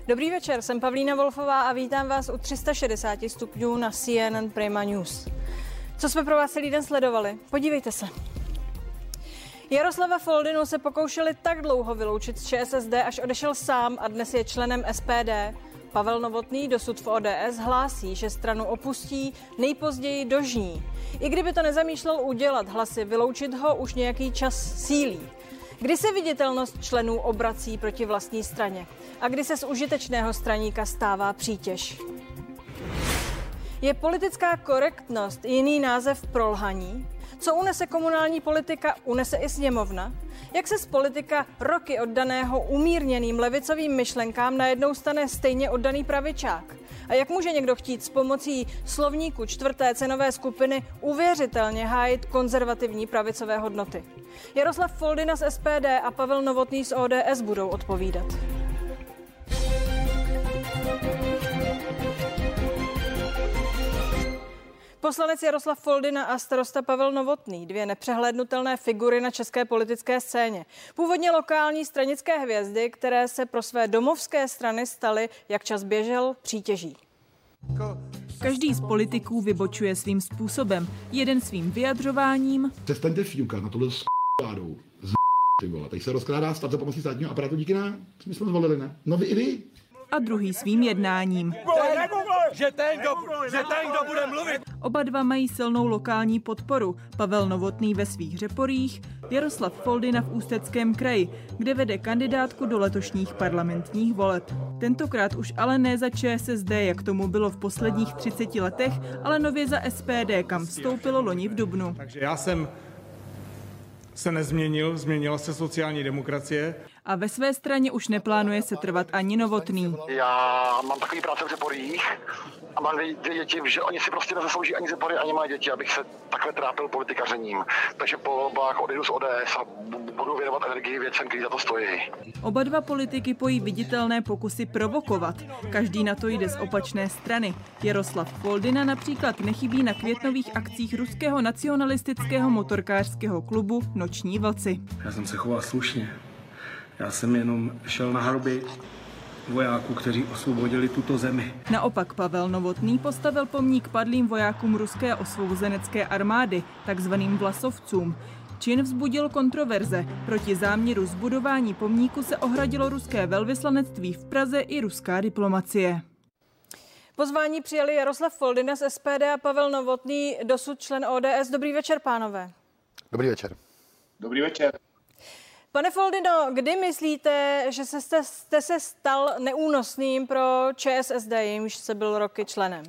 Dobrý večer, jsem Pavlína Wolfová a vítám vás u 360 stupňů na CNN Prima News. Co jsme pro vás celý den sledovali? Podívejte se. Jaroslava Foldynu se pokoušeli tak dlouho vyloučit z ČSSD, až odešel sám a dnes je členem SPD. Pavel Novotný, dosud v ODS, hlásí, že stranu opustí nejpozději do žní. I kdyby to nezamýšlel udělat, hlasy vyloučit ho už nějaký čas sílí. Kdy se viditelnost členů obrací proti vlastní straně? A kdy se z užitečného straníka stává přítěž? Je politická korektnost jiný název pro lhaní? Co unese komunální politika, unese i sněmovna? Jak se z politika roky oddaného umírněným levicovým myšlenkám najednou stane stejně oddaný pravičák? A jak může někdo chtít s pomocí slovníku čtvrté cenové skupiny uvěřitelně hájit konzervativní pravicové hodnoty? Jaroslav Foldyna z SPD a Pavel Novotný z ODS budou odpovídat. Poslanec Jaroslav Foldyna a starosta Pavel Novotný, dvě nepřehlédnutelné figury na české politické scéně. Původně lokální stranické hvězdy, které se pro své domovské strany staly, jak čas běžel, přítěží. Každý z politiků vybočuje svým způsobem. Jeden svým vyjadřováním. Přestaňte fňukat na tohle s vládou. Ty vole, teď se rozkrádá stát za pomocí státního aparátu díky nám. My jsme zvolili, ne? No vy i vy. A druhý svým jednáním. Že ten, kdo bude mluvit. Oba dva mají silnou lokální podporu. Pavel Novotný ve svých Řeporích, Jaroslav Foldyna v Ústeckém kraji, kde vede kandidátku do letošních parlamentních voleb. Tentokrát už ale ne za ČSSD, jak tomu bylo v posledních 30 letech, ale nově za SPD, kam vstoupilo loni v dubnu. Takže já jsem se nezměnil, změnila se sociální demokracie. A ve své straně už neplánuje se trvat ani Novotný. Já mám takový práce v Řeporích a mám dvě děti, že oni si prostě nezaslouží ani Řepory, ani moje děti, abych se takhle trápil politikařením. Takže po volbách odejdu z ODS a budu věnovat energii věcem, který za to stojí. Oba dva politiky pojí viditelné pokusy provokovat. Každý na to jde z opačné strany. Jaroslav Foldyna například nechybí na květnových akcích ruského nacionalistického motorkářského klubu Noční vlci. Já jsem se choval slušně. Já jsem jenom šel na hroby vojáků, kteří osvobodili tuto zemi. Naopak Pavel Novotný postavil pomník padlým vojákům ruské osvobozenecké armády, takzvaným vlasovcům. Čin vzbudil kontroverze. Proti záměru zbudování pomníku se ohradilo ruské velvyslanectví v Praze i ruská diplomacie. Pozvání přijali Jaroslav Foldyna z SPD a Pavel Novotný, dosud člen ODS. Dobrý večer, pánové. Dobrý večer. Dobrý večer. Pane Foldyno, kdy myslíte, že jste se stal neúnosným pro ČSSD, jimž se byl roky členem?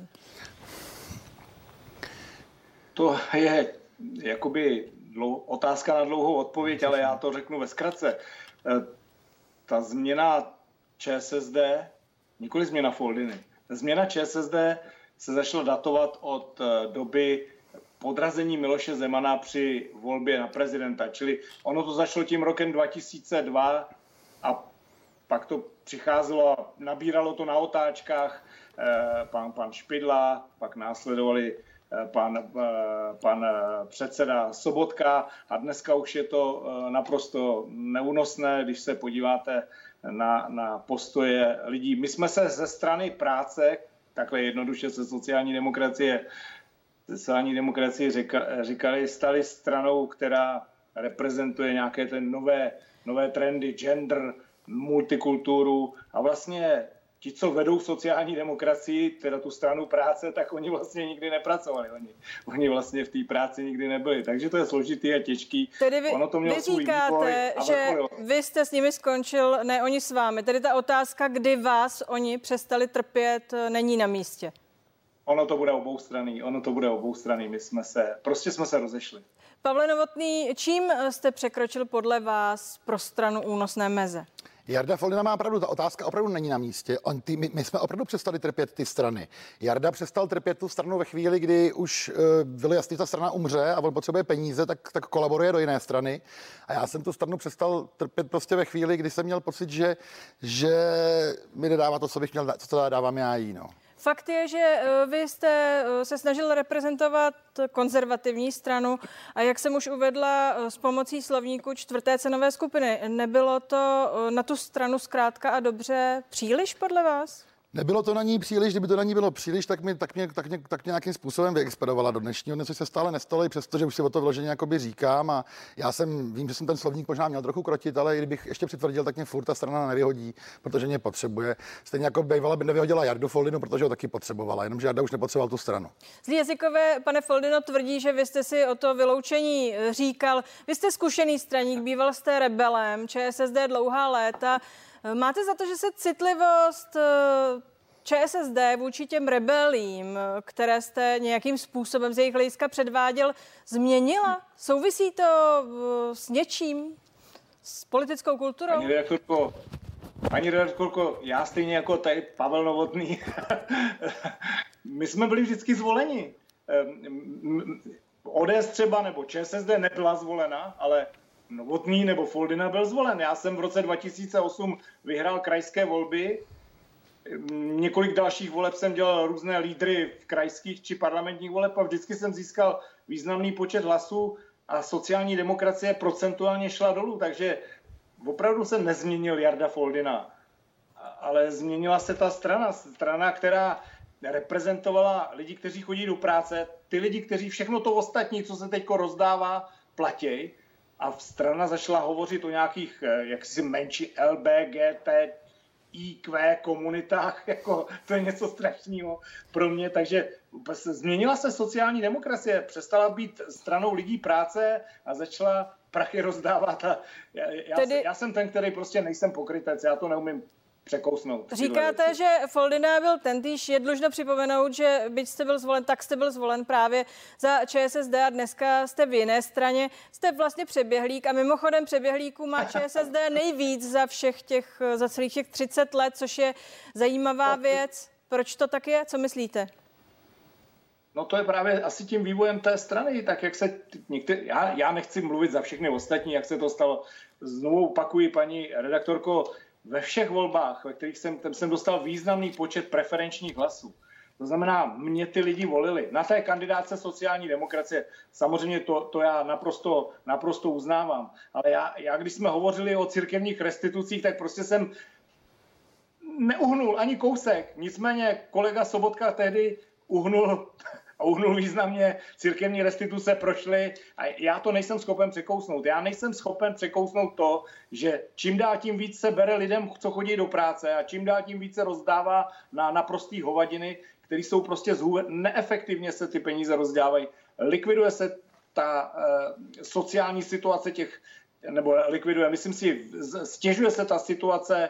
To je jakoby otázka na dlouhou odpověď, ale já to řeknu ve zkratce. Ta změna ČSSD, nikoli změna Foldyny, změna ČSSD se začala datovat od doby podrazení Miloše Zemana při volbě na prezidenta. Čili ono to začalo tím rokem 2002 a pak to přicházelo a nabíralo to na otáčkách pan Špidla, pak následovali pan předseda Sobotka a dneska už je to naprosto neúnosné, když se podíváte na postoje lidí. My jsme se ze strany práce, takhle jednoduše se sociální demokracie říkali, stali stranou, která reprezentuje nějaké ten nové trendy, gender, multikulturu a vlastně ti, co vedou sociální demokracii, teda tu stranu práce, tak oni vlastně nikdy nepracovali. Oni vlastně v té práci nikdy nebyli. Takže to je složitý a těžký. Tedy vy svůj říkáte, že vy jste s nimi skončil, ne oni s vámi. Tedy ta otázka, kdy vás oni přestali trpět, není na místě. Ono to bude oboustranný. My jsme se rozešli. Pavle Novotný, čím jste překročil podle vás pro stranu únosné meze? Jarda Foldyna má pravdu, ta otázka opravdu není na místě. My jsme opravdu přestali trpět ty strany. Jarda přestal trpět tu stranu ve chvíli, kdy už bylo jasný, že ta strana umře a on potřebuje peníze, tak kolaboruje do jiné strany. A já jsem tu stranu přestal trpět prostě ve chvíli, kdy jsem měl pocit, že mi nedává to, co bych měl, co dávám já jí. No. Fakt je, že vy jste se snažil reprezentovat konzervativní stranu a jak jsem už uvedla s pomocí slovníku 4. cenové skupiny, nebylo to na tu stranu zkrátka a dobře příliš podle vás? Nebylo to na ní příliš, kdyby to na ní bylo příliš, tak mě nějakým způsobem vyexpedovala do dnešního dne, což se stále nestalo, i přesto, že už si o to vloženě jakoby říkám a vím, že jsem ten slovník možná měl trochu krotit, ale kdybych ještě přitvrdil, tak mě furt ta strana nevyhodí, protože mě potřebuje. Stejně jako bývala by nevyhodila Jardu Foldinu, protože ho taky potřebovala, jenomže Jarda už nepotřeboval tu stranu. Zlí jazykové, pane Foldino, tvrdí, že vy jste si o to vyloučení říkal. Vy jste zkušený straník, býval jste rebelem, ČSSD dlouhá léta. Máte za to, že se citlivost ČSSD vůči těm rebelím, které jste nějakým způsobem z jejich hlediska předváděl, změnila? Souvisí to s něčím? S politickou kulturou? Paní redaktorko, já stejně jako tady Pavel Novotný, my jsme byli vždycky zvoleni. ODS třeba nebo ČSSD nebyla zvolena, ale Novotný nebo Foldina byl zvolen. Já jsem v roce 2008 vyhrál krajské volby. Několik dalších voleb jsem dělal různé lídry v krajských či parlamentních voleb a vždycky jsem získal významný počet hlasů a sociální demokracie procentuálně šla dolů, takže opravdu se nezměnil Jarda Foldina, ale změnila se ta strana, která reprezentovala lidi, kteří chodí do práce, ty lidi, kteří všechno to ostatní, co se teď rozdává, platí. A strana začala hovořit o nějakých jaksi menší LBGT, IQ komunitách, jako to je něco strašného pro mě, takže změnila se sociální demokracie, přestala být stranou lidí práce a začala prachy rozdávat. Já jsem ten, který prostě nejsem pokrytec, já to neumím překousnout. Říkáte, že Foldina byl tentýž. Je dlužno připomenout, že byť jste byl zvolen, tak jste byl zvolen právě za ČSSD a dneska jste v jiné straně. Jste vlastně přeběhlík a mimochodem přeběhlíků má ČSSD nejvíc za celých těch 30 let, což je zajímavá věc. Proč to tak je? Co myslíte? No to je právě asi tím vývojem té strany, tak jak se já nechci mluvit za všechny ostatní, jak se to stalo. Znovu opakuji, paní redaktorko, ve všech volbách, ve kterých jsem dostal významný počet preferenčních hlasů. To znamená, mě ty lidi volili. Na té kandidátce sociální demokracie, samozřejmě to já naprosto uznávám. Ale já, když jsme hovořili o církevních restitucích, tak prostě jsem neuhnul ani kousek. Nicméně kolega Sobotka tehdy uhnul významně, církevní restituce prošly a já to nejsem schopen překousnout. Já nejsem schopen překousnout to, že čím dál tím víc se bere lidem, co chodí do práce a čím dál tím více rozdává na naprostý hovadiny, které jsou prostě neefektivně se ty peníze rozdávají. Likviduje se ta sociální situace myslím si, stěžuje se ta situace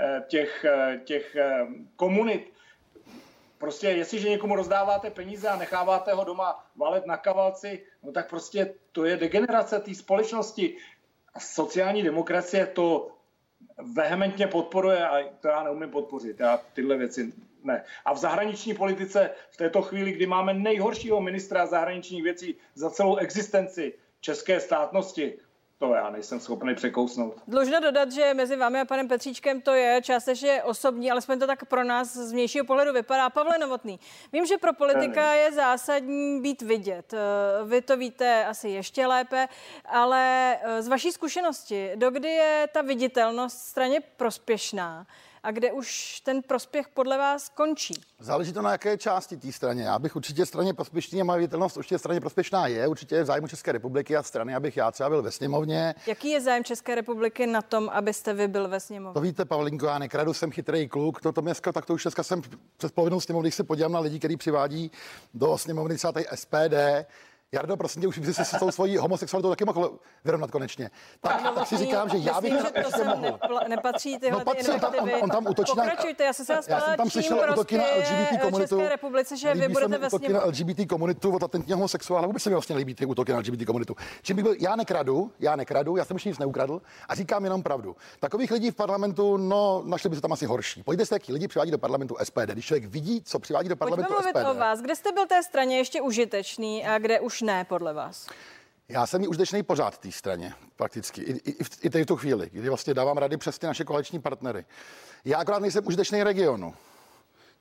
těch komunit. Prostě jestliže někomu rozdáváte peníze a necháváte ho doma valet na kavalci, no tak prostě to je degenerace té společnosti. A sociální demokracie to vehementně podporuje a to já neumím podpořit. Já tyhle věci ne. A v zahraniční politice v této chvíli, kdy máme nejhoršího ministra zahraničních věcí za celou existenci české státnosti, to já nejsem schopný překousnout. Dlužno dodat, že mezi vámi a panem Petříčkem to je částečně osobní, alespoň to tak pro nás z vnějšího pohledu vypadá. Pavle Novotný, vím, že pro politika je zásadní být vidět. Vy to víte asi ještě lépe, ale z vaší zkušenosti, dokdy je ta viditelnost straně prospěšná a kde už ten prospěch podle vás končí? Záleží to na jaké části té straně. Já bych určitě straně prospěšný a moje viditelnost určitě straně prospěšná je. Určitě je v zájmu České republiky a strany, abych já třeba byl ve sněmovně. Jaký je zájem České republiky na tom, abyste vy byl ve sněmovně? To víte, Pavlinko, já nekradu, jsem chytrý kluk. To dneska, tak to už dneska jsem přes polovinou sněmovny, když se podívám na lidi, kteří přivádí do sněmovny třeba tady SPD. Jardo, prosím tě, už by si s tou svojí homosexualitou taky mohl vyrovnat konečně. Tak si říkám, že já bych to sem nepatří tyhle invektivy. On tam útočí. Pokračujte, já jsem se vás ptala, čím útoky na LGBT komunitu. České republice, že vy budete ve sněmovně. Na LGBT komunitu od latentního homosexuála, vůbec se mi vlastně líbí ty útoky na LGBT komunitu. Čím bych byl, já nekradu, já jsem už nic neukradl a říkám jenom pravdu. Takových lidí v parlamentu, no, našli by se tam asi horší. Pojďte se, jaký lidi přivádí do parlamentu SPD. Když člověk vidí, co přivádí do parlamentu SPD. Pojďme mluvit o vás. Kde jste byl té straně ještě užitečný a kde už ne, podle vás? Já jsem ji užitečný pořád té straně, prakticky. I v tu chvíli, kdy vlastně dávám rady přes ty naše koaliční partnery. Já akorát nejsem užitečný regionu.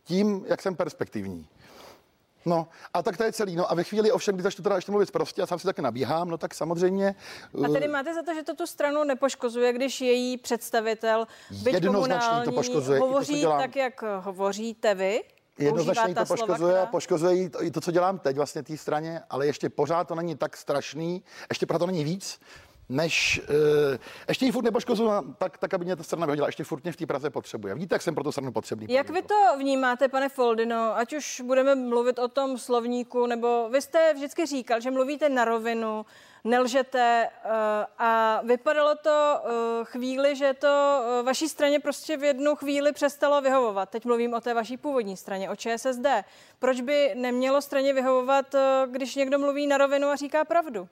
tím, jak jsem perspektivní. No a tak to je celý. No a ve chvíli ovšem, kdy začnu teda ještě mluvit prostě a sám si taky nabíhám, no tak samozřejmě. A tedy máte za to, že to tu stranu nepoškozuje, když její představitel, byť komunální, hovoří tak, jak hovoříte vy? Jednoznačně to poškozuje a poškozuje i to, co dělám teď vlastně té straně, ale ještě pořád to není tak strašný, ještě pořád to není víc, než ještě ji furt nepoškozuju tak, aby mě ta strana vyhodila. Ještě furt mě v té Praze potřebuje. Vidíte, jak jsem pro tu stranu potřebný. Jak vy to vnímáte, pane Foldino, ať už budeme mluvit o tom slovníku, nebo vy jste vždycky říkal, že mluvíte na rovinu, nelžete a vypadalo to chvíli, že to vaší straně prostě v jednu chvíli přestalo vyhovovat. Teď mluvím o té vaší původní straně, o ČSSD. Proč by nemělo straně vyhovovat, když někdo mluví na rovinu a říká pravdu?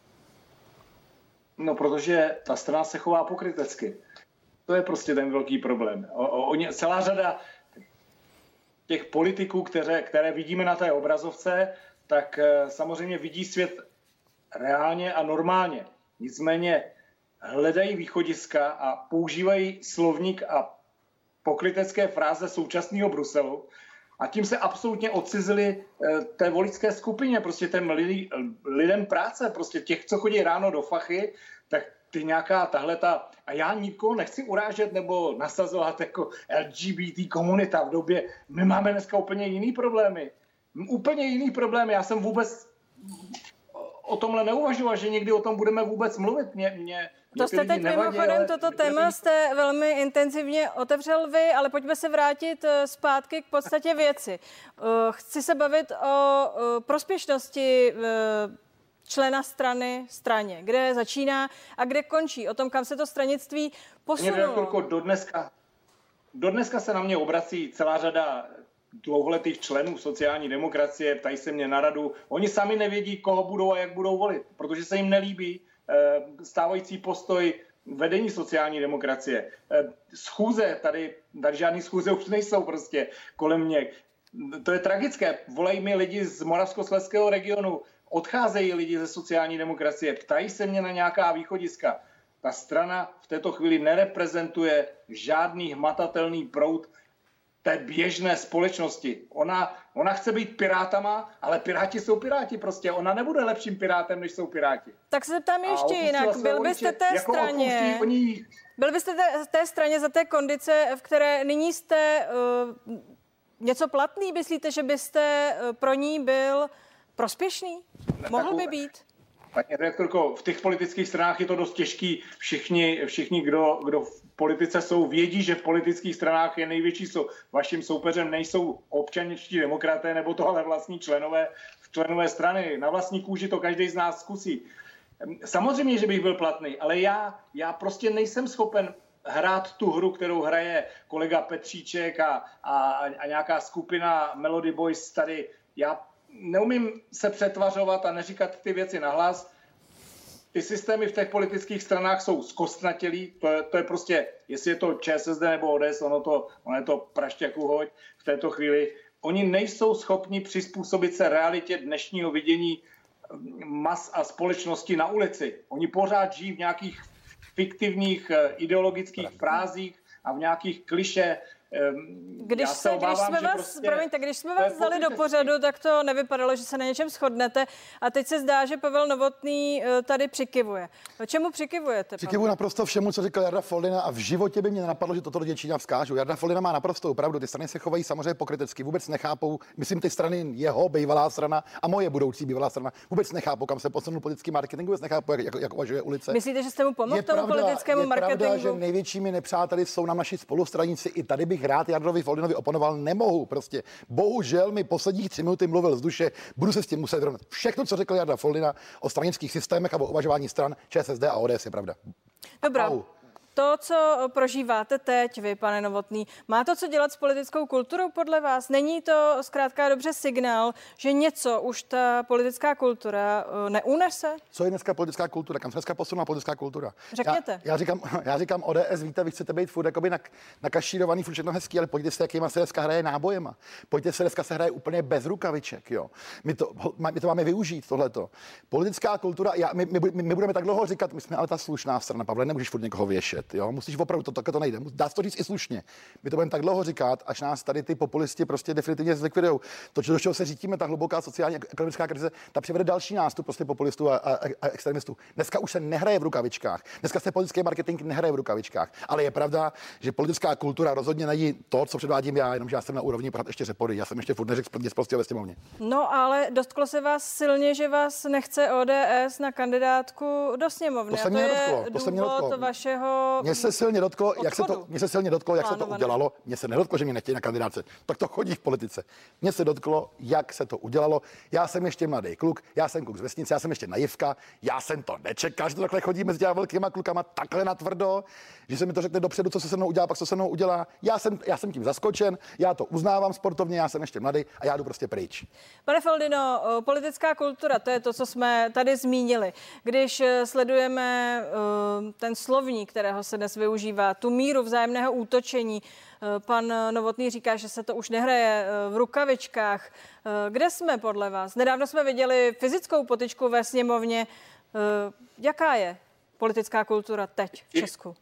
No, protože ta strana se chová pokrytecky. To je prostě ten velký problém. Celá řada těch politiků, které vidíme na té obrazovce, tak samozřejmě vidí svět reálně a normálně. Nicméně hledají východiska a používají slovník a pokrytecké fráze současného Bruselu a tím se absolutně odcizili té voličské skupině, prostě těm lidem práce, prostě těch, co chodí ráno do fachy, tak ty nějaká tahleta, a já nikoho nechci urážet nebo nasazovat jako LGBT komunita v době, my máme dneska úplně jiný problémy. Úplně jiný problémy, já jsem vůbec o tomhle neuvažoval, že někdy o tom budeme vůbec mluvit. To jste teď mimochodem, toto téma jste velmi intenzivně otevřel vy, ale pojďme se vrátit zpátky k podstatě věci. Chci se bavit o prospěšnosti člena straně, kde začíná a kde končí, o tom, kam se to stranictví posunulo. Dodneska se na mě obrací celá řada dlouholetých členů sociální demokracie, ptají se mě na radu. Oni sami nevědí, koho budou a jak budou volit, protože se jim nelíbí stávající postoj vedení sociální demokracie. Schůze, tady žádný schůze už nejsou prostě kolem mě. To je tragické. Volají mi lidi z Moravskoslezského regionu, odcházejí lidi ze sociální demokracie, ptají se mě na nějaká východiska. Ta strana v této chvíli nereprezentuje žádný hmatatelný proud té běžné společnosti. Ona chce být pirátama, ale piráti jsou piráti prostě. Ona nebude lepším pirátem, než jsou piráti. Tak se tam ještě jinak. Byl byste té straně za té kondice, v které nyní jste něco platný? Myslíte, že byste pro ní byl prospěšný? Mohl by být? Paní redaktorko, v těch politických stranách je to dost těžký. Všichni, kdo v politice jsou, vědí, že v politických stranách je největší vaším soupeřem nejsou občanští demokraté, nebo to ale vlastní členové strany. Na vlastní kůži to každý z nás zkusí. Samozřejmě, že bych byl platný, ale já prostě nejsem schopen hrát tu hru, kterou hraje kolega Petříček a nějaká skupina Melody Boys tady. Já neumím se přetvařovat a neříkat ty věci nahlas. Ty systémy v těch politických stranách jsou zkostnatělý. To je prostě, jestli je to ČSSD nebo ODS, ono je to praštěk uhoď v této chvíli. Oni nejsou schopni přizpůsobit se realitě dnešního vidění mas a společnosti na ulici. Oni pořád žijí v nějakých fiktivních ideologických frázích a v nějakých kliše. Když jsme vás vzali do pořadu, tak to nevypadalo, že se na něčem shodnete. A teď se zdá, že Pavel Novotný tady přikivuje. Čemu přikivujete? Přikivuju naprosto všemu, co říkal Jarda Foldyna, a v životě by mě nenapadlo, že toto do Děčína vzkážu. Jarda Foldyna má naprostou pravdu. Ty strany se chovají samozřejmě pokrytecky, vůbec nechápou. Myslím, ty strany, jeho bývalá strana a moje budoucí bývalá strana, vůbec nechápou, kam se posunul politický marketing, vůbec nechápou, jak uvažuje ulice. Myslíte, že jste mu pomohl tomu politickému marketingu? Je pravda, že největšími nepřáteli jsou nám naši spolustraníci. I tady bych rád Jardovi Foldynovi oponoval, nemohu prostě. Bohužel mi posledních 3 minuty mluvil z duše, budu se s tím muset vyrovnat. Všechno, co řekl Jarda Foldyna o stranických systémech a o uvažování stran ČSSD a ODS, je pravda. Dobrá. To, co prožíváte teď vy, pane Novotný, má to co dělat s politickou kulturou podle vás? Není to zkrátka dobře signál, že něco už ta politická kultura neunese? Co je dneska politická kultura? Kam se dneska posunula politická kultura? Řekněte. Já říkám ODS, víte, vy chcete být furt jakoby nakašírovaný, furt všechno hezký, ale pojďte se, jakýma se dneska hraje nábojema. Pojďte se, dneska se hraje úplně bez rukaviček, jo. My to máme využít, tohleto. Politická kultura, my budeme tak dlouho říkat, my jsme ale ta slušná strana, Pavle, nemůžeš furt někoho věšet. mlčet, jo? Musíš opravdu, takhle to nejde, dá se to říct i slušně. My to budeme tak dlouho říkat, až nás tady ty populisti prostě definitivně zlikvidujou. To, do čeho se řítíme, ta hluboká sociální ekonomická krize, ta přivede další nástup prostě populistů a extremistů. Dneska už se nehraje v rukavičkách. Dneska se politický marketing nehraje v rukavičkách, ale je pravda, že politická kultura rozhodně není to, co předvádím já, jenomže já jsem na úrovni pořád ještě řepory. Já jsem ještě furt neřekl nic prostě ve sněmovně. No, ale dotklo se vás silně, že vás nechce ODS na kandidátku do sněmovny. To se mě nedotklo. To se mě dotklo. Vašeho Mně se silně dotklo, jak se to udělalo. Mně se nedotklo, že mě nechtějí na kandidáce. Tak to chodí v politice. Mně se dotklo, jak se to udělalo. Já jsem ještě mladý kluk, já jsem kluk z vesnice, já jsem ještě naivka. Já jsem to nečekal, že to takhle chodí mezi těma velkýma klukama takhle natvrdo, že se mi to řekne dopředu, co se se mnou udělá, pak co se mnou udělá. Já jsem tím zaskočen, já to uznávám sportovně, já jsem ještě mladý a já jdu prostě pryč. Pane Foldino, politická kultura, to je to, co jsme tady zmínili. Když sledujeme ten slovník, kterého se dnes využívá, tu míru vzájemného útočení, pan Novotný říká, že se to už nehraje v rukavičkách. Kde jsme podle vás? Nedávno jsme viděli fyzickou potyčku ve sněmovně. Jaká je politická kultura teď v Česku?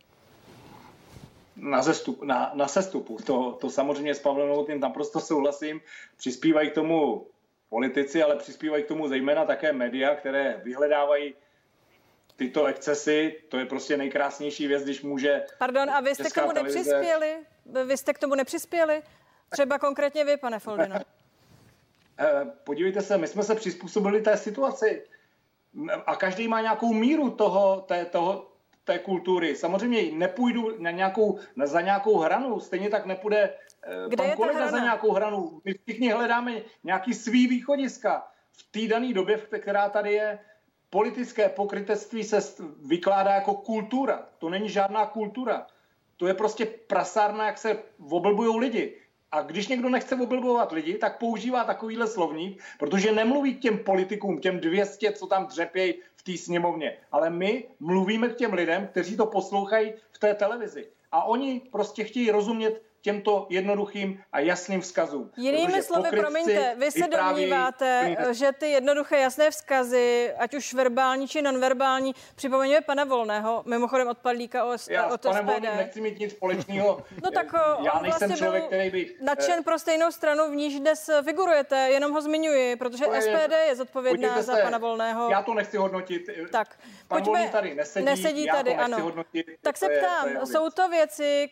Na sestupu. To samozřejmě s Pavlem Novotným naprosto souhlasím. Přispívají k tomu politici, ale přispívají k tomu zejména také média, které vyhledávají tyto excesy. To je prostě nejkrásnější věc, když může... Pardon, a vy jste k tomu nepřispěli? Vy jste k tomu nepřispěli? Třeba konkrétně vy, pane Foldino. Podívejte se, my jsme se přizpůsobili té situaci. A každý má nějakou míru té kultury. Samozřejmě nepůjdu za nějakou hranu, stejně tak nepůjde pan kolega za nějakou hranu. My všichni hledáme nějaký svý východiska. V té dané době, která tady je, politické pokrytectví se vykládá jako kultura. To není žádná kultura. To je prostě prasárna, jak se oblbujou lidi. A když někdo nechce oblbovat lidi, tak používá takovýhle slovník, protože nemluví k těm politikům, těm 200, co tam dřepějí v té sněmovně. Ale my mluvíme k těm lidem, kteří to poslouchají v té televizi. A oni prostě chtějí rozumět těmto jednoduchým a jasným vzkazům. Jinými slovy, promiňte, vy se domníváte, že ty jednoduché jasné vzkazy, ať už verbální či nonverbální, připomeňme pana Volného, mimochodem od Padlíka od SPD. Já s panem Volným nechci mít nic společného. No tak já nejsem vlastně člověk, který by... nadšen pro stejnou stranu, v níž dnes figurujete, jenom ho zmiňuji, protože SPD je zodpovědná za pana Volného. Já to nechci hodnotit. Tak, pan Volný tady nesedí, já tady, to nechci ano. hodnotit. Tak se ptám, jsou to věci,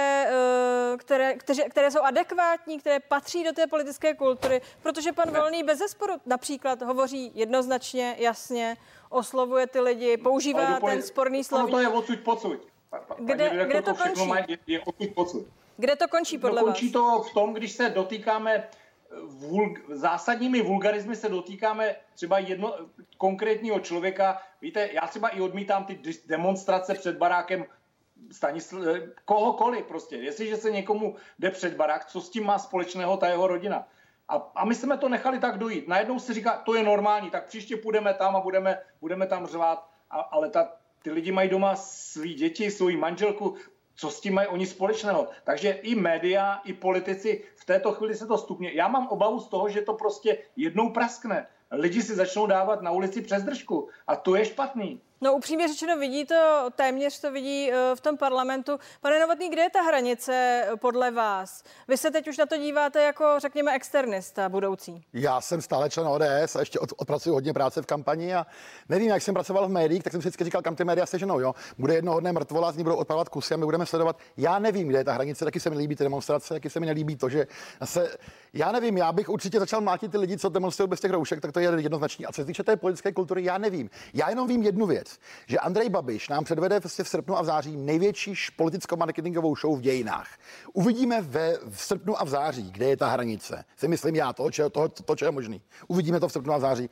které jsou adekvátní, které patří do té politické kultury, protože pan Volný bezesporu například hovoří jednoznačně, jasně, oslovuje ty lidi, používá ten sporný slovník. To je odsud pocud. Kde to končí? Je odsud pocud. Kde to končí podle vás? Končí to v tom, když se dotýkáme zásadními vulgarizmy se dotýkáme třeba konkrétního člověka. Víte, já třeba i odmítám ty demonstrace před barákem kohokoliv prostě. Jestliže se někomu jde před barák, co s tím má společného ta jeho rodina? A my jsme to nechali tak dojít. Najednou si říká, to je normální, tak příště půjdeme tam a budeme tam řvát. Ale ty lidi mají doma svý děti, svou manželku, co s tím mají oni společného. Takže i média, i politici v této chvíli se to stupně. Já mám obavu z toho, že to prostě jednou praskne. Lidi si začnou dávat na ulici přes držku a to je špatný. No upřímně řečeno téměř to vidí v tom parlamentu. Pane Novotný, kde je ta hranice podle vás? Vy se teď už na to díváte jako, řekněme, externista budoucí. Já jsem stále člen ODS a ještě odpracuju hodně práce v kampani a nevím, jak jsem pracoval v médiích, tak jsem vždycky říkal, kam ty média seženou, jo. Bude jednoho dne mrtvola, z ní budou odpalovat kusy a my budeme sledovat. Já nevím, kde je ta hranice, taky se mi líbí ty demonstrace, taky se mi nelíbí to, že já nevím, já bych určitě začal mlátit ty lidi, co demonstrují bez těch roušek, tak to je jednoznačný. A co se týče té politické kultury, já nevím. Já jenom vím jednu věc. Že Andrej Babiš nám předvede v srpnu a v září největší politicko-marketingovou show v dějinách. Uvidíme v srpnu a v září, kde je ta hranice. Si myslím já, to, co je možný. Uvidíme to v srpnu a v září.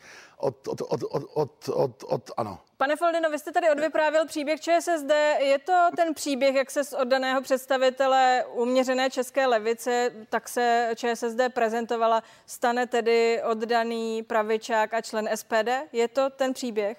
Ano. Pane Foldino, vy jste tady odvyprávěl příběh ČSSD. Je to ten příběh, jak se z oddaného představitele uměřené české levice, tak se ČSSD prezentovala, stane tedy oddaný pravičák a člen SPD? Je to ten příběh?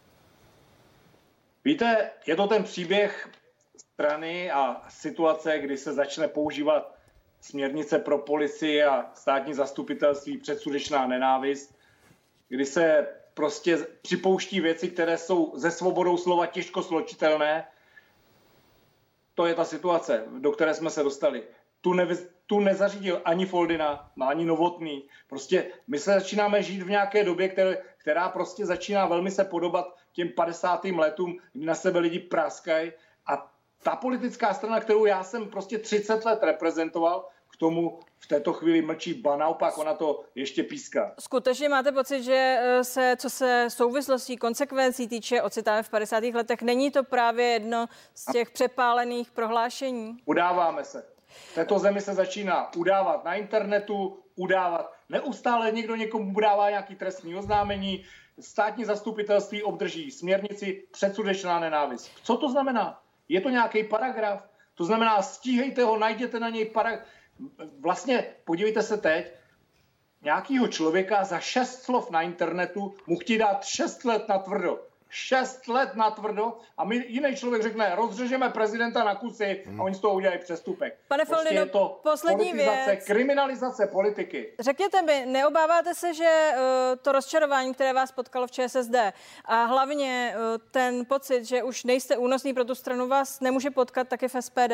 Víte, je to ten příběh strany a situace, kdy se začne používat směrnice pro policii a státní zastupitelství, předsudečná nenávist, kdy se prostě připouští věci, které jsou se svobodou slova těžko sločitelné. to je ta situace, do které jsme se dostali. Tu nezařídil ani Foldina, ani Novotný. Prostě my se začínáme žít v nějaké době, která prostě začíná velmi se podobat těm 50. letům, kdy na sebe lidi praskají. A ta politická strana, kterou já jsem prostě 30 let reprezentoval, k tomu v této chvíli mlčí, ba naopak, ona to ještě píská. Skutečně máte pocit, že co se souvislostí, konsekvencí týče, ocitáme v 50. letech, není to právě jedno z těch přepálených prohlášení? Udáváme se. V této zemi se začíná udávat na internetu, neustále někdo někomu udává nějaký trestní oznámení, státní zastupitelství obdrží směrnici předsudečná nenávist. Co to znamená? Je to nějaký paragraf? To znamená, stíhejte ho, najděte na něj paragraf. Vlastně, podívejte se teď, nějakýho člověka za 6 slov na internetu mu chtějí dát 6 let na tvrdo. 6 let na tvrdo a jiný člověk řekne, rozřežeme prezidenta na kusy a oni z toho udělají přestupek. Pane Foldino, je to poslední věc. Kriminalizace politiky. Řekněte mi, neobáváte se, že to rozčarování, které vás potkalo v ČSSD a hlavně ten pocit, že už nejste únosný pro tu stranu, vás nemůže potkat taky v SPD?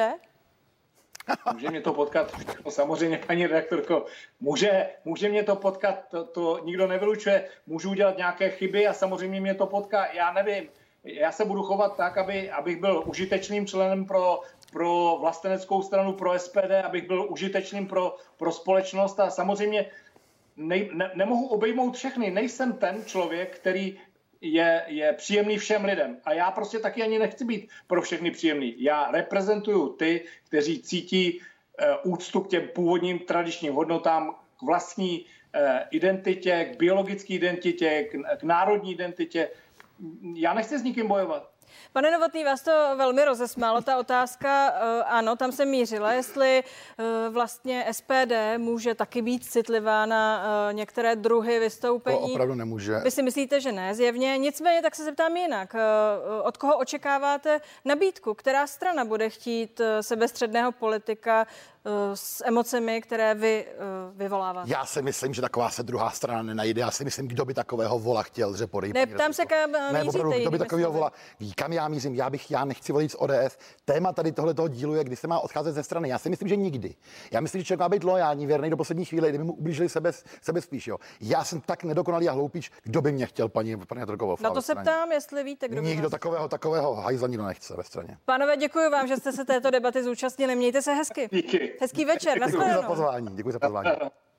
Může mě to potkat, no samozřejmě, paní redaktorko, může mě to potkat, to nikdo nevylučuje, můžu udělat nějaké chyby a samozřejmě mě to potká, já nevím. Já se budu chovat tak, abych byl užitečným členem pro vlasteneckou stranu, pro SPD, abych byl užitečným pro společnost a samozřejmě nemohu obejmout všechny. Nejsem ten člověk, který je příjemný všem lidem. A já prostě taky ani nechci být pro všechny příjemný. Já reprezentuju ty, kteří cítí úctu k těm původním tradičním hodnotám, k vlastní identitě, k biologické identitě, k národní identitě. Já nechci s nikým bojovat. Pane Novotný, vás to velmi rozesmálo, ta otázka, ano, tam se mířila, jestli vlastně SPD může taky být citlivá na některé druhy vystoupení. To opravdu nemůže. Vy si myslíte, že ne, zjevně. Nicméně tak se zeptám jinak. Od koho očekáváte nabídku? Která strana bude chtít sebestředného politika s emocemi, které vy vyvoláváte? Já si myslím, že taková se druhá strana nenajde. Já si myslím, kdo by takového vola chtěl, Řepory. Ne, ptám se, kam míříte. Kdo by takového vola, ví, kam já mířím. Já nechci volit z ODS. Téma tady tohletoho dílu je, kdy se má odcházet ze strany. Já si myslím, že nikdy. Já myslím, že člověk má být loajální, věrný do poslední chvíle, kdyby mu ublížili sebe spíš. Jo. Já jsem tak nedokonalý a hloupíč, kdo by mě chtěl, paní Trkovou. Na to se ptám, jestli víte, kdo by nikdo takového hajzla nikdo nechce ve straně. Pánové, děkuji vám, že jste se této debaty zúčastnili. Mějte se hezky. Díky. Hezký večer. Děkuji za pozvání.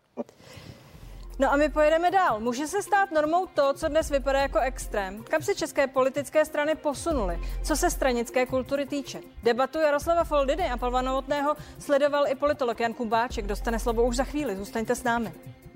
No a my pojedeme dál. Může se stát normou to, co dnes vypadá jako extrém? Kam se české politické strany posunuly? Co se stranické kultury týče? Debatu Jaroslava Foldiny a Pavla Novotného sledoval i politolog Jan Kubáček. Dostane slovo už za chvíli. Zůstaňte s námi.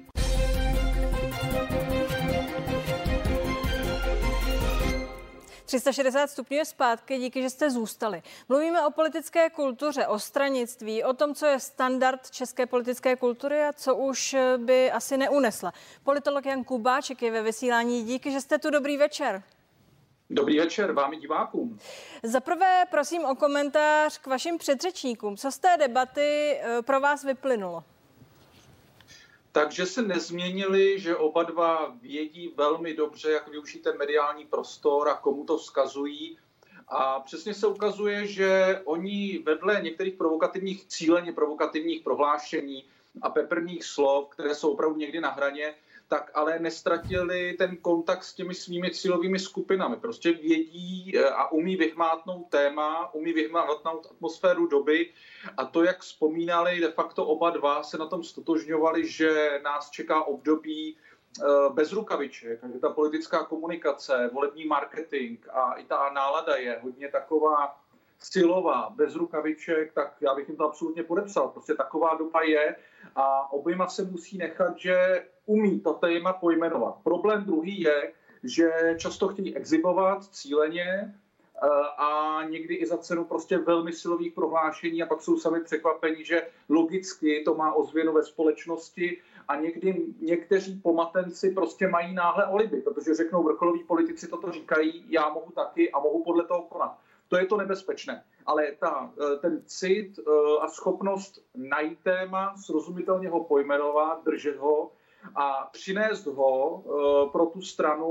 ...360 stupňů je zpátky, díky, že jste zůstali. Mluvíme o politické kultuře, o stranictví, o tom, co je standard české politické kultury a co už by asi neunesla. Politolog Jan Kubáček je ve vysílání. Díky, že jste tu. Dobrý večer. Dobrý večer vám i divákům. Za prvé prosím o komentář k vašim předřečníkům. Co z té debaty pro vás vyplynulo? Takže se nezměnili, že oba dva vědí velmi dobře, jak využít ten mediální prostor a komu to vzkazují. A přesně se ukazuje, že oni vedle některých cíleně provokativních prohlášení a peprných slov, které jsou opravdu někdy na hraně, tak ale nestratili ten kontakt s těmi svými cílovými skupinami. Prostě vědí a umí vyhmátnout téma, umí vyhmátnout atmosféru doby a to, jak vzpomínali, de facto oba dva se na tom stotožňovali, že nás čeká období bez rukaviček, že ta politická komunikace, volební marketing a i ta nálada je hodně taková silová, bez rukaviček, tak já bych jim to absolutně podepsal. Prostě taková doba je a oběma se musí nechat, že umí to téma pojmenovat. Problém druhý je, že často chtějí exhibovat cíleně a někdy i za cenu prostě velmi silových prohlášení a pak jsou sami překvapení, že logicky to má ozvěnu ve společnosti a někdy někteří pomatenci prostě mají náhle alibi, protože řeknou vrcholoví politici toto říkají, já mohu taky a mohu podle toho konat. To je to nebezpečné. Ale ten cit a schopnost najít téma, srozumitelně ho pojmenovat, držet ho a přinést ho pro tu stranu,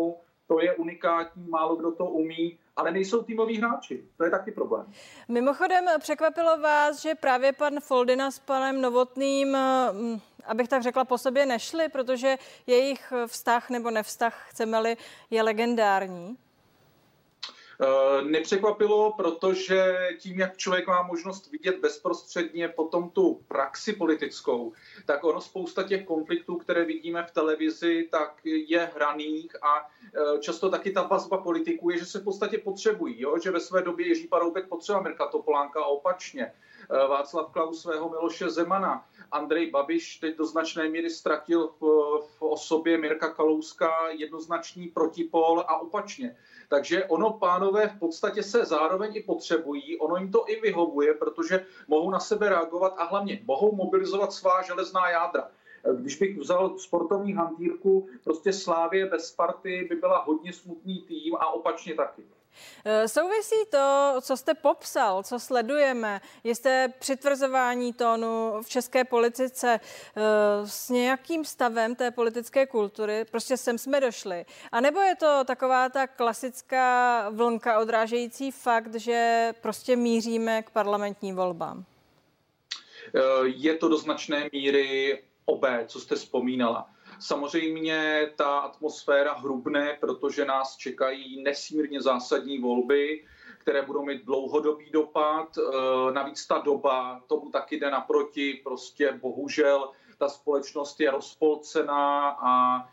To je unikátní, málo kdo to umí, ale nejsou týmoví hráči. To je taky problém. Mimochodem, překvapilo vás, že právě pan Foldyna s panem Novotným, abych tak řekla, po sobě nešli, protože jejich vztah nebo nevztah, chceme-li, je legendární? Nepřekvapilo, protože tím, jak člověk má možnost vidět bezprostředně potom tu praxi politickou, tak ono spousta těch konfliktů, které vidíme v televizi, tak je hraných a často taky ta vazba politiků je, že se v podstatě potřebují, jo? Že ve své době Jiří Paroubek potřeboval Mirka Topolánka a opačně. Václav Klaus svého Miloše Zemana. Andrej Babiš teď do značné míry ztratil v osobě Mirka Kalouska jednoznačný protipol a opačně. Takže ono, pánové, v podstatě se zároveň i potřebují, ono jim to i vyhovuje, protože mohou na sebe reagovat a hlavně mohou mobilizovat svá železná jádra. Když bych vzal sportovní hantýrku, prostě Slavie bez Sparty by byla hodně smutný tým a opačně taky. Souvisí to, co jste popsal, co sledujeme, jisté přitvrzování tónu v české politice s nějakým stavem té politické kultury, prostě sem jsme došli. A nebo je to taková ta klasická vlnka odrážející fakt, že prostě míříme k parlamentním volbám? Je to do značné míry obé, co jste vzpomínala. Samozřejmě ta atmosféra hrubne, protože nás čekají nesmírně zásadní volby, které budou mít dlouhodobý dopad. Navíc ta doba tomu taky jde naproti. Prostě bohužel ta společnost je rozpolcená a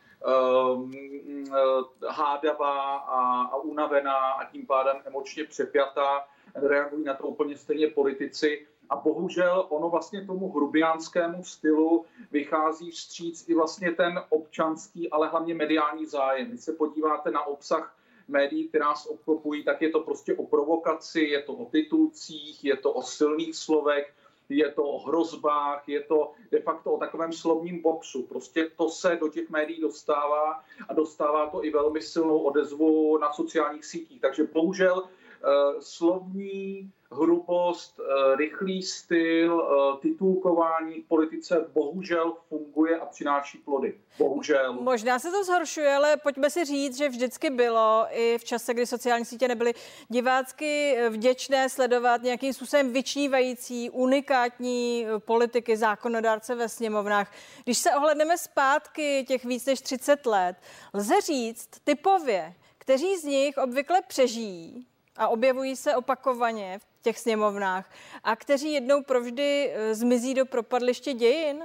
hádavá a unavená a tím pádem emočně přepjatá. Reagují na to úplně stejně politici. A bohužel ono vlastně tomu hrubiánskému stylu vychází vstříc i vlastně ten občanský, ale hlavně mediální zájem. Když se podíváte na obsah médií, která nás obklopují, tak je to prostě o provokaci, je to o titulcích, je to o silných slovech, je to o hrozbách, je to de facto o takovém slovním boxu. Prostě to se do těch médií dostává a dostává to i velmi silnou odezvu na sociálních sítích. Takže bohužel slovní hrubost, rychlý styl, titulkování v politice bohužel funguje a přináší plody. Bohužel. Možná se to zhoršuje, ale pojďme si říct, že vždycky bylo i v čase, kdy sociální sítě nebyly divácky vděčné sledovat nějakým způsobem vyčnívající, unikátní politiky, zákonodárce ve sněmovnách. Když se ohledneme zpátky těch víc než 30 let, lze říct typově, kteří z nich obvykle přežijí a objevují se opakovaně v těch sněmovnách a kteří jednou provždy zmizí do propadliště dějin?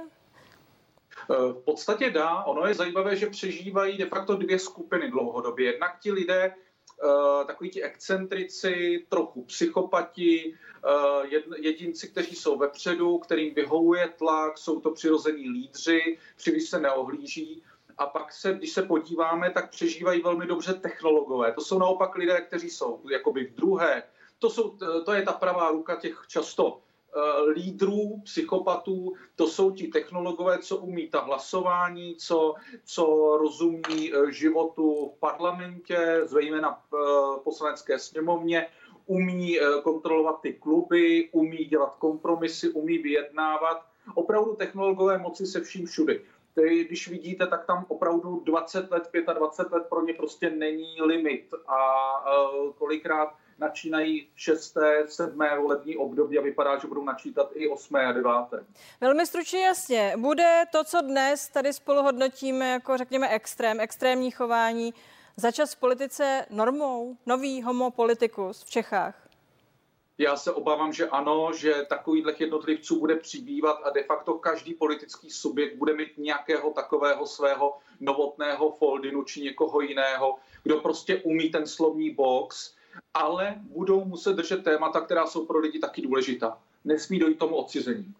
V podstatě dá. Ono je zajímavé, že přežívají de facto dvě skupiny dlouhodobě. Jednak ti lidé, takoví ti excentrici, trochu psychopati, jedinci, kteří jsou vepředu, kterým vyhovuje tlak, jsou to přirození lídři, příliš se neohlíží. A pak když se podíváme, tak přežívají velmi dobře technologové. To jsou naopak lidé, kteří jsou jakoby v druhé. To je ta pravá ruka těch často lídrů, psychopatů. To jsou ti technologové, co umí ta hlasování, co rozumí životu v parlamentě, zejména v poslanecké sněmovně, umí kontrolovat ty kluby, umí dělat kompromisy, umí vyjednávat. Opravdu technologové moci se vším všudy. Když vidíte, tak tam opravdu 20 let, 25 let pro ně prostě není limit a kolikrát načínají 6., 7. volební období a vypadá, že budou načítat i 8. a 9. Velmi stručně jasně. Bude to, co dnes tady spolu hodnotíme jako, řekněme, extrémní chování, za čas v politice normou? Nový homo politicus v Čechách? Já se obávám, že ano, že takových jednotlivců bude přibývat a de facto každý politický subjekt bude mít nějakého takového svého Novotného, Foldynu či někoho jiného, kdo prostě umí ten slovní box, ale budou muset držet témata, která jsou pro lidi taky důležitá. Nesmí dojít tomu odcizení.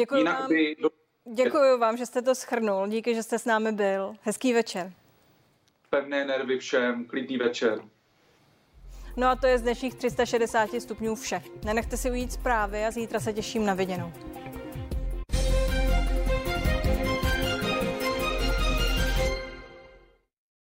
Děkuji vám, že jste to shrnul. Díky, že jste s námi byl. Hezký večer. Pevné nervy všem, klidný večer. No a to je z dnešních 360 stupňů vše. Nenechte si ujít zprávy a zítra se těším na viděnou.